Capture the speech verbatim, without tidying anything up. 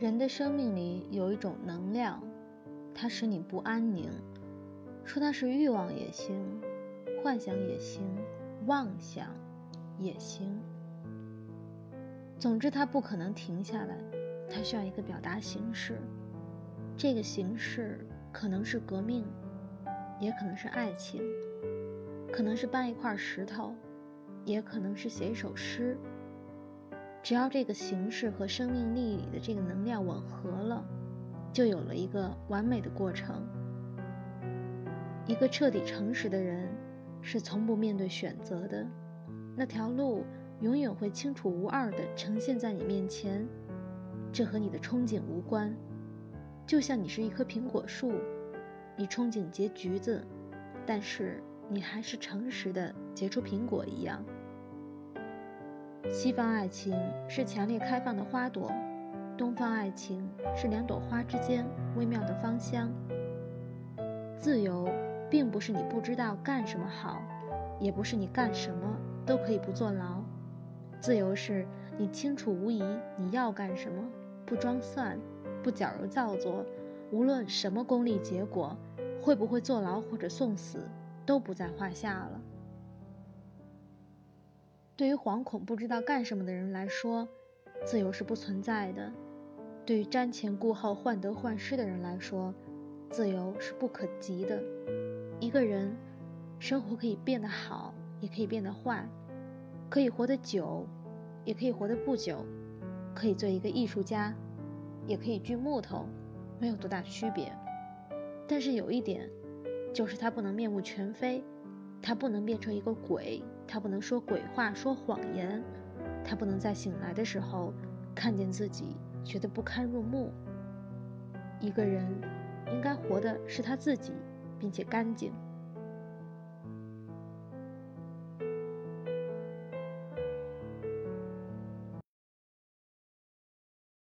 人的生命里有一种能量，它使你不安宁，说它是欲望也行，幻想也行，妄想也行，总之它不可能停下来，它需要一个表达形式。这个形式可能是革命，也可能是爱情，可能是搬一块石头，也可能是写一首诗。只要这个形式和生命力里的这个能量吻合了，就有了一个完美的过程。一个彻底诚实的人是从不面对选择的，那条路永远会清楚无二地呈现在你面前，这和你的憧憬无关。就像你是一棵苹果树，你憧憬结橘子，但是你还是诚实地结出苹果一样。西方爱情是强烈开放的花朵，东方爱情是两朵花之间微妙的芳香。自由并不是你不知道干什么好，也不是你干什么都可以不坐牢。自由是你清楚无疑你要干什么，不装蒜，不矫揉造作，无论什么功利结果，会不会坐牢或者送死都不在话下了。对于惶恐不知道干什么的人来说，自由是不存在的；对于瞻前顾后患得患失的人来说，自由是不可及的。一个人生活可以变得好，也可以变得坏，可以活得久，也可以活得不久，可以做一个艺术家，也可以锯木头，没有多大区别。但是有一点，就是他不能面目全非，他不能变成一个鬼，他不能说鬼话，说谎言，他不能在醒来的时候看见自己觉得不堪入目。一个人应该活的是他自己，并且干净。